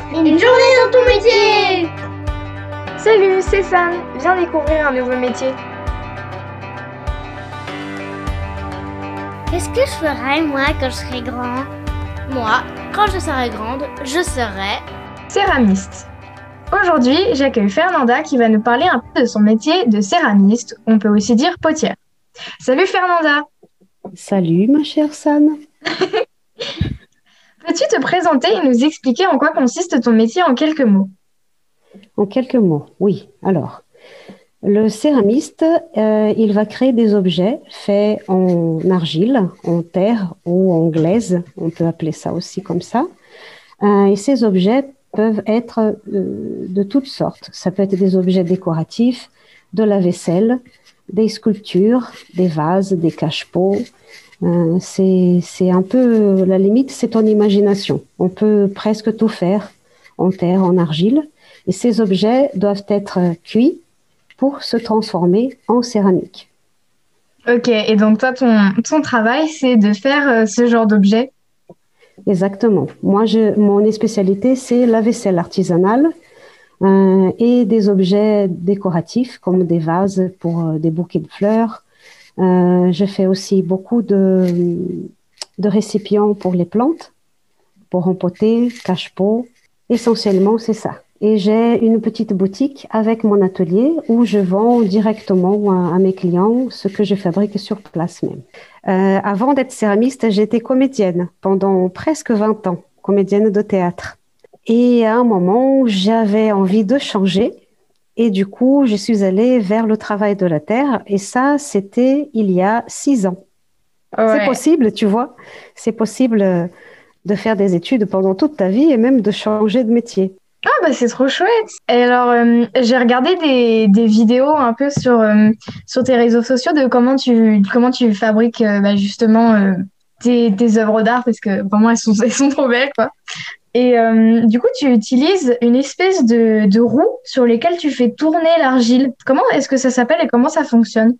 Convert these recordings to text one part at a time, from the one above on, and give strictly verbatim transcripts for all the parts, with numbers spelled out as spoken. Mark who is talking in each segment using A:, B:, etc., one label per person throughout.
A: Une journée dans ton métier!
B: Salut, c'est San. Viens découvrir un nouveau métier.
A: Qu'est-ce que je ferai, moi, quand je serai grand? Moi, quand je serai grande, je serai...
B: céramiste. Aujourd'hui, j'accueille Fernanda qui va nous parler un peu de son métier de céramiste, on peut aussi dire potière. Salut Fernanda!
C: Salut ma chère San.
B: Peux-tu te présenter et nous expliquer en quoi consiste ton métier en quelques mots?
C: En quelques mots, oui. Alors, le céramiste, euh, il va créer des objets faits en argile, en terre ou en glaise, on peut appeler ça aussi comme ça. Euh, et ces objets peuvent être euh, de toutes sortes. Ça peut être des objets décoratifs, de la vaisselle, des sculptures, des vases, des cache-pots. Euh, c'est, c'est un peu, la limite, c'est ton imagination. On peut presque tout faire en terre, en argile. Et ces objets doivent être cuits pour se transformer en céramique.
B: Ok, et donc toi, ton, ton travail, c'est de faire euh, ce genre d'objet?
C: Exactement. Moi, je, mon spécialité, c'est la vaisselle artisanale euh, et des objets décoratifs comme des vases pour euh, des bouquets de fleurs. Euh, je fais aussi beaucoup de, de récipients pour les plantes, pour empoter, cache-pot. Essentiellement, c'est ça. Et j'ai une petite boutique avec mon atelier où je vends directement à, à mes clients ce que je fabrique sur place même. Euh, avant d'être céramiste, j'étais comédienne pendant presque vingt ans, comédienne de théâtre. Et à un moment, j'avais envie de changer. Et du coup, je suis allée vers le travail de la terre. Et ça, c'était il y a six ans.
B: Ouais.
C: C'est possible, tu vois. C'est possible de faire des études pendant toute ta vie et même de changer de métier.
B: Ah bah c'est trop chouette. Et alors euh, j'ai regardé des, des vidéos un peu sur, euh, sur tes réseaux sociaux de comment tu, comment tu fabriques euh, bah, justement euh, tes, tes œuvres d'art parce que vraiment elles sont, elles sont trop belles quoi. Et euh, du coup tu utilises une espèce de, de roue sur lesquelles tu fais tourner l'argile. Comment est-ce que ça s'appelle et comment ça fonctionne?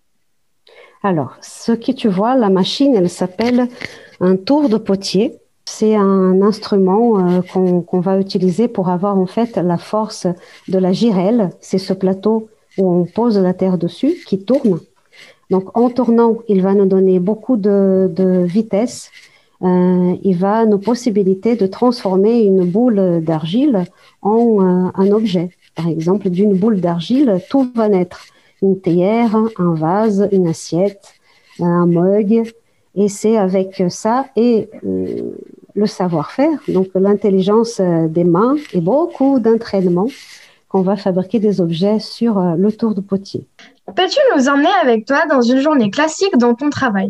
C: Alors, ce que tu vois, la machine, elle s'appelle un tour de potier. C'est un instrument euh, qu'on, qu'on va utiliser pour avoir en fait la force de la girelle. C'est ce plateau où on pose la terre dessus qui tourne. Donc en tournant, il va nous donner beaucoup de, de vitesse. Euh, il va nous possibiliter de transformer une boule d'argile en euh, un objet. Par exemple, d'une boule d'argile, tout va naître. Une théière, un vase, une assiette, un mug. Et c'est avec ça et euh, le savoir-faire, donc l'intelligence des mains et beaucoup d'entraînement qu'on va fabriquer des objets sur euh, le tour de potier.
B: Peux-tu nous emmener avec toi dans une journée classique dans ton travail?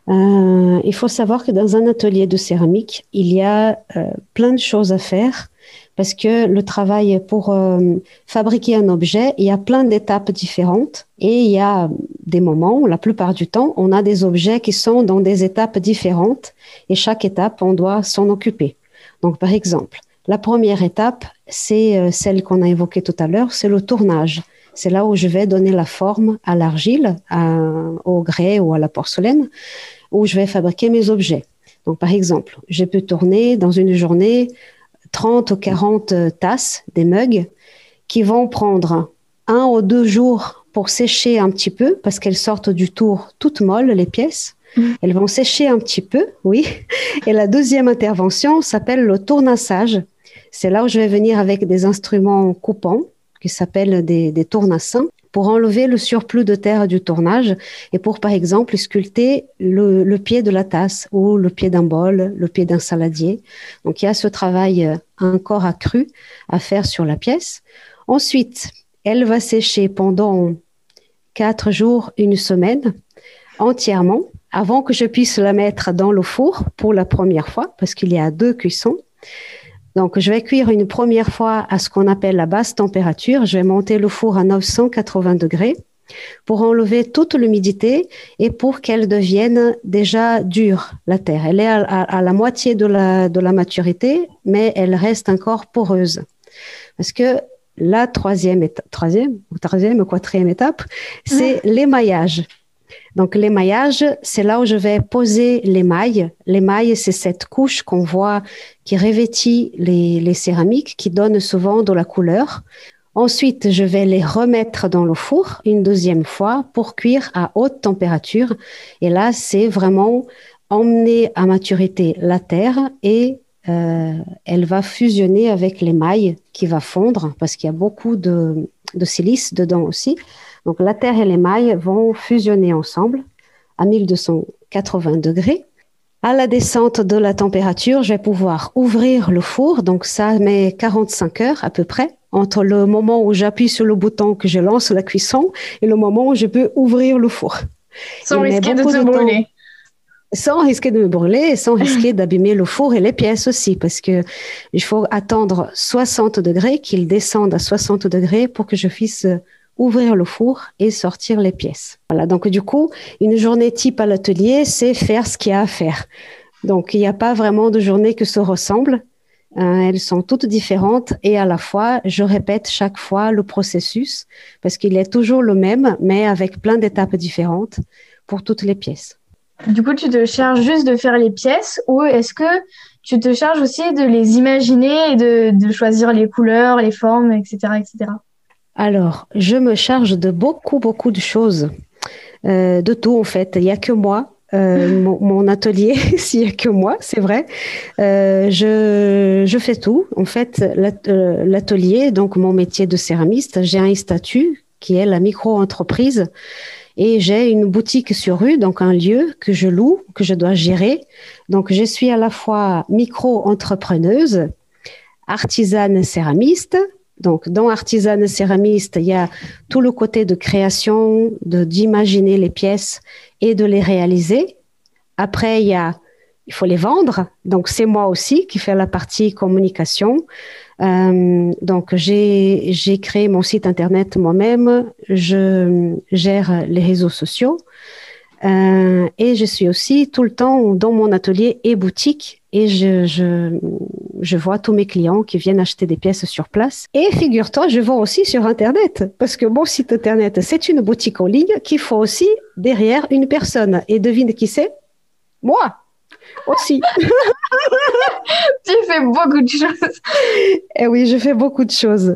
C: Euh, il faut savoir que dans un atelier de céramique, il y a euh, plein de choses à faire parce que le travail pour euh, fabriquer un objet, il y a plein d'étapes différentes et il y a des moments, la plupart du temps, on a des objets qui sont dans des étapes différentes et chaque étape, on doit s'en occuper. Donc, par exemple, la première étape, c'est euh, celle qu'on a évoquée tout à l'heure, c'est le tournage. C'est là où je vais donner la forme à l'argile, à, au grès ou à la porcelaine, où je vais fabriquer mes objets. Donc, par exemple, je peux tourner dans une journée trente ou quarante tasses, des mugs, qui vont prendre un ou deux jours pour sécher un petit peu, parce qu'elles sortent du tour toutes molles, les pièces. Mmh. Elles vont sécher un petit peu, oui. Et la deuxième intervention s'appelle le tournassage. C'est là où je vais venir avec des instruments coupants, qui s'appellent des, des tournassins, pour enlever le surplus de terre du tournage et pour, par exemple, sculpter le, le pied de la tasse ou le pied d'un bol, le pied d'un saladier. Donc, il y a ce travail encore accru à faire sur la pièce. Ensuite, elle va sécher pendant quatre jours, une semaine, entièrement, avant que je puisse la mettre dans le four pour la première fois, parce qu'il y a deux cuissons. Donc, je vais cuire une première fois à ce qu'on appelle la basse température. Je vais monter le four à neuf cent quatre-vingts degrés pour enlever toute l'humidité et pour qu'elle devienne déjà dure, la terre. Elle est à, à, à la moitié de la, de la maturité, mais elle reste encore poreuse. Parce que la troisième, éta- troisième, ou troisième ou quatrième étape, c'est l'émaillage. Donc, l'émaillage, c'est là où je vais poser l'émail. L'émail, c'est cette couche qu'on voit qui revêtit les, les céramiques, qui donne souvent de la couleur. Ensuite, je vais les remettre dans le four une deuxième fois pour cuire à haute température. Et là, c'est vraiment emmener à maturité la terre et euh, elle va fusionner avec l'émail qui va fondre parce qu'il y a beaucoup de, de silice dedans aussi. Donc, la terre et l'émail vont fusionner ensemble à mille deux cent quatre-vingts degrés. À la descente de la température, je vais pouvoir ouvrir le four. Donc, ça met quarante-cinq heures à peu près entre le moment où j'appuie sur le bouton que je lance la cuisson et le moment où je peux ouvrir le four.
B: Sans risquer de se brûler.
C: Sans risquer de me brûler et sans risquer d'abîmer le four et les pièces aussi, parce que il faut attendre soixante degrés, qu'il descende à soixante degrés pour que je puisse ouvrir le four et sortir les pièces. Voilà, donc du coup, une journée type à l'atelier, c'est faire ce qu'il y a à faire. Donc, il n'y a pas vraiment de journée qui se ressemblent. Euh, elles sont toutes différentes et à la fois, je répète chaque fois le processus parce qu'il est toujours le même, mais avec plein d'étapes différentes pour toutes les pièces.
B: Du coup, tu te charges juste de faire les pièces ou est-ce que tu te charges aussi de les imaginer et de, de choisir les couleurs, les formes, et cetera, et cetera.
C: Alors, je me charge de beaucoup, beaucoup de choses, euh, de tout en fait. Il n'y a que moi. Euh, mon, mon atelier, s'il n'y a que moi, c'est vrai. Euh, je, je fais tout. En fait, l'atelier, donc mon métier de céramiste, j'ai un statut qui est la micro-entreprise et j'ai une boutique sur rue, donc un lieu que je loue, que je dois gérer. Donc, je suis à la fois micro-entrepreneuse, artisane céramiste. Donc, dans artisane céramiste, il y a tout le côté de création, de, d'imaginer les pièces et de les réaliser. Après, il y a, il faut les vendre. Donc, c'est moi aussi qui fais la partie communication. Euh, donc, j'ai, j'ai créé mon site internet moi-même. Je gère les réseaux sociaux. Euh, et je suis aussi tout le temps dans mon atelier et boutique et je, je, je vois tous mes clients qui viennent acheter des pièces sur place. Et figure-toi, je vends aussi sur Internet parce que mon site Internet, c'est une boutique en ligne qu'il faut aussi derrière une personne. Et devine qui c'est? Moi aussi.
B: Tu fais beaucoup de choses.
C: Eh oui, je fais beaucoup de choses.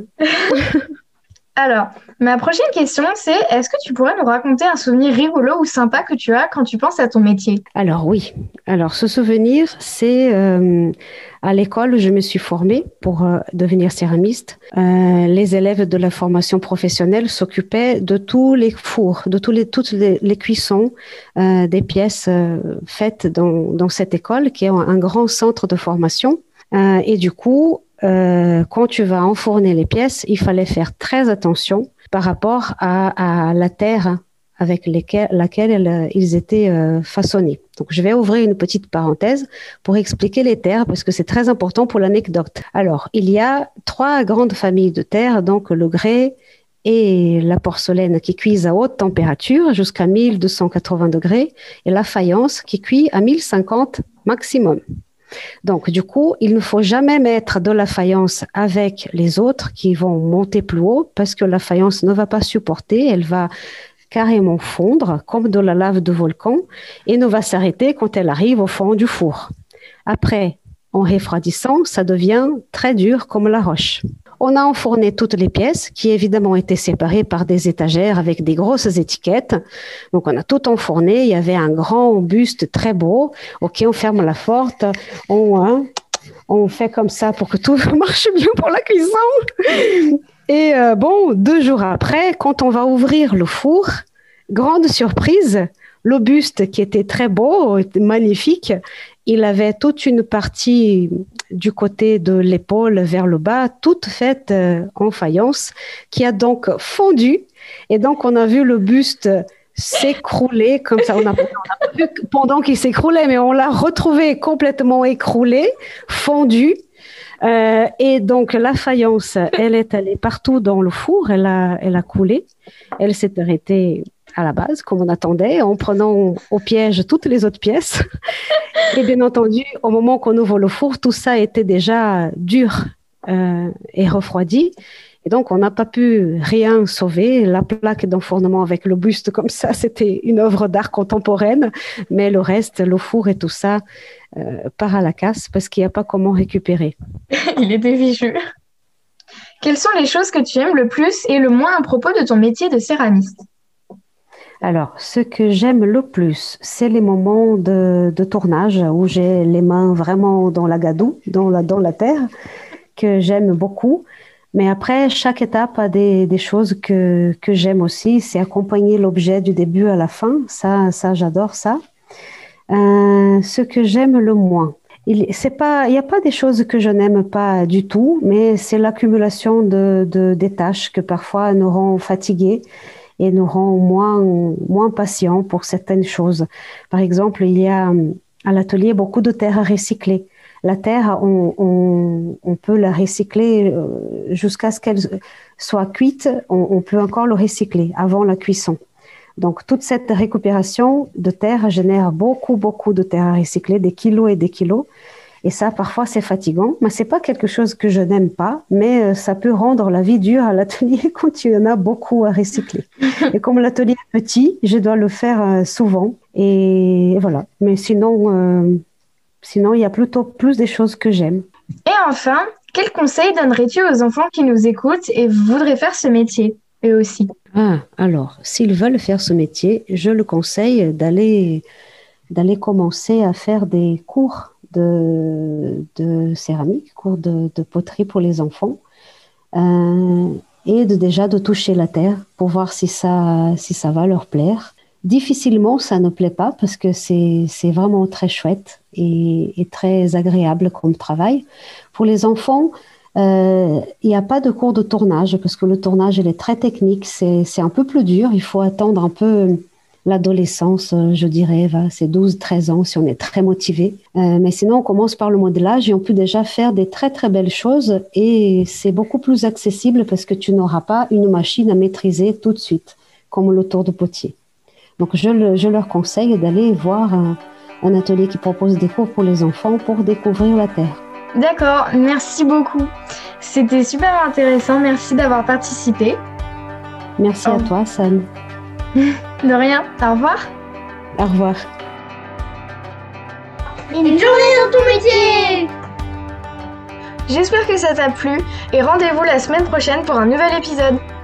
B: Alors, ma prochaine question, c'est est-ce que tu pourrais nous raconter un souvenir rigolo ou sympa que tu as quand tu penses à ton métier?
C: Alors oui, alors ce souvenir, c'est euh, à l'école où je me suis formée pour euh, devenir céramiste. Euh, les élèves de la formation professionnelle s'occupaient de tous les fours, de tous les, toutes les, les cuissons euh, des pièces euh, faites dans, dans cette école qui est un, un grand centre de formation. Euh, et du coup, Euh, quand tu vas enfourner les pièces, il fallait faire très attention par rapport à, à la terre avec lesquelles, laquelle elles, ils étaient euh, façonnés. Donc, je vais ouvrir une petite parenthèse pour expliquer les terres parce que c'est très important pour l'anecdote. Alors, il y a trois grandes familles de terres, donc le grès et la porcelaine qui cuisent à haute température jusqu'à mille deux cent quatre-vingts degrés et la faïence qui cuit à mille cinquante maximum. Donc, du coup, il ne faut jamais mettre de la faïence avec les autres qui vont monter plus haut parce que la faïence ne va pas supporter, elle va carrément fondre comme de la lave de volcan et ne va s'arrêter quand elle arrive au fond du four. Après, en refroidissant, ça devient très dur comme la roche. On a enfourné toutes les pièces qui évidemment étaient séparées par des étagères avec des grosses étiquettes. Donc on a tout enfourné, il y avait un grand buste très beau. Ok, on ferme la porte, on, hein, on fait comme ça pour que tout marche bien pour la cuisson. Et euh, bon, deux jours après, quand on va ouvrir le four, grande surprise, le buste qui était très beau, magnifique, il avait toute une partie du côté de l'épaule vers le bas, toute faite euh, en faïence, qui a donc fondu. Et donc, on a vu le buste s'écrouler comme ça. On a, on a pas vu pendant qu'il s'écroulait, mais on l'a retrouvé complètement écroulé, fondu. Euh, et donc, la faïence, elle est allée partout dans le four, elle a, elle a coulé. Elle s'est arrêtée à la base, comme on attendait, en prenant au piège toutes les autres pièces. Et bien entendu, au moment qu'on ouvre le four, tout ça était déjà dur euh, et refroidi. Et donc, on n'a pas pu rien sauver. La plaque d'enfournement avec le buste comme ça, c'était une œuvre d'art contemporaine. Mais le reste, le four et tout ça, euh, part à la casse parce qu'il n'y a pas comment récupérer.
B: Il était fichu. Quelles sont les choses que tu aimes le plus et le moins à propos de ton métier de céramiste?
C: Alors, ce que j'aime le plus, c'est les moments de, de tournage où j'ai les mains vraiment dans la gadoue, dans la, dans la terre, que j'aime beaucoup. Mais après, chaque étape a des, des choses que, que j'aime aussi. C'est accompagner l'objet du début à la fin. Ça, ça j'adore ça. Euh, ce que j'aime le moins. Il n'y a pas des choses que je n'aime pas du tout, mais c'est l'accumulation de, de, des tâches que parfois nous rend fatigués et nous rend moins, moins patients pour certaines choses. Par exemple, il y a à l'atelier beaucoup de terre à recycler. La terre, on, on, on peut la recycler jusqu'à ce qu'elle soit cuite. On, on peut encore le recycler avant la cuisson. Donc, toute cette récupération de terre génère beaucoup, beaucoup de terre à recycler, des kilos et des kilos. Et ça, parfois, c'est fatigant. Mais c'est pas quelque chose que je n'aime pas, mais ça peut rendre la vie dure à l'atelier quand il y en a beaucoup à recycler. Et comme l'atelier est petit, je dois le faire souvent. Et voilà. Mais sinon, euh, sinon, il y a plutôt plus des choses que j'aime.
B: Et enfin, quel conseil donnerais-tu aux enfants qui nous écoutent et voudraient faire ce métier, eux aussi?
C: Ah, alors, s'ils veulent faire ce métier, je le conseille d'aller, d'aller commencer à faire des cours de, de céramique, cours de, de poterie pour les enfants, euh, et de, déjà de toucher la terre pour voir si ça, si ça va leur plaire. Difficilement, ça ne plaît pas parce que c'est, c'est vraiment très chouette et, et très agréable comme travail. Pour les enfants, Euh, il n'y a pas de cours de tournage parce que le tournage il est très technique, c'est, c'est un peu plus dur, il faut attendre un peu l'adolescence, je dirais, va, c'est douze treize ans si on est très motivé. Euh, mais sinon, on commence par le modelage et on peut déjà faire des très très belles choses et c'est beaucoup plus accessible parce que tu n'auras pas une machine à maîtriser tout de suite, comme le tour de potier. Donc, je, le, je leur conseille d'aller voir un, un atelier qui propose des cours pour les enfants pour découvrir la terre.
B: D'accord, merci beaucoup. C'était super intéressant, merci d'avoir participé.
C: Merci oh. à toi, Sam.
B: De rien, au revoir.
C: Au revoir.
A: Une journée dans ton métier!
B: J'espère que ça t'a plu et rendez-vous la semaine prochaine pour un nouvel épisode.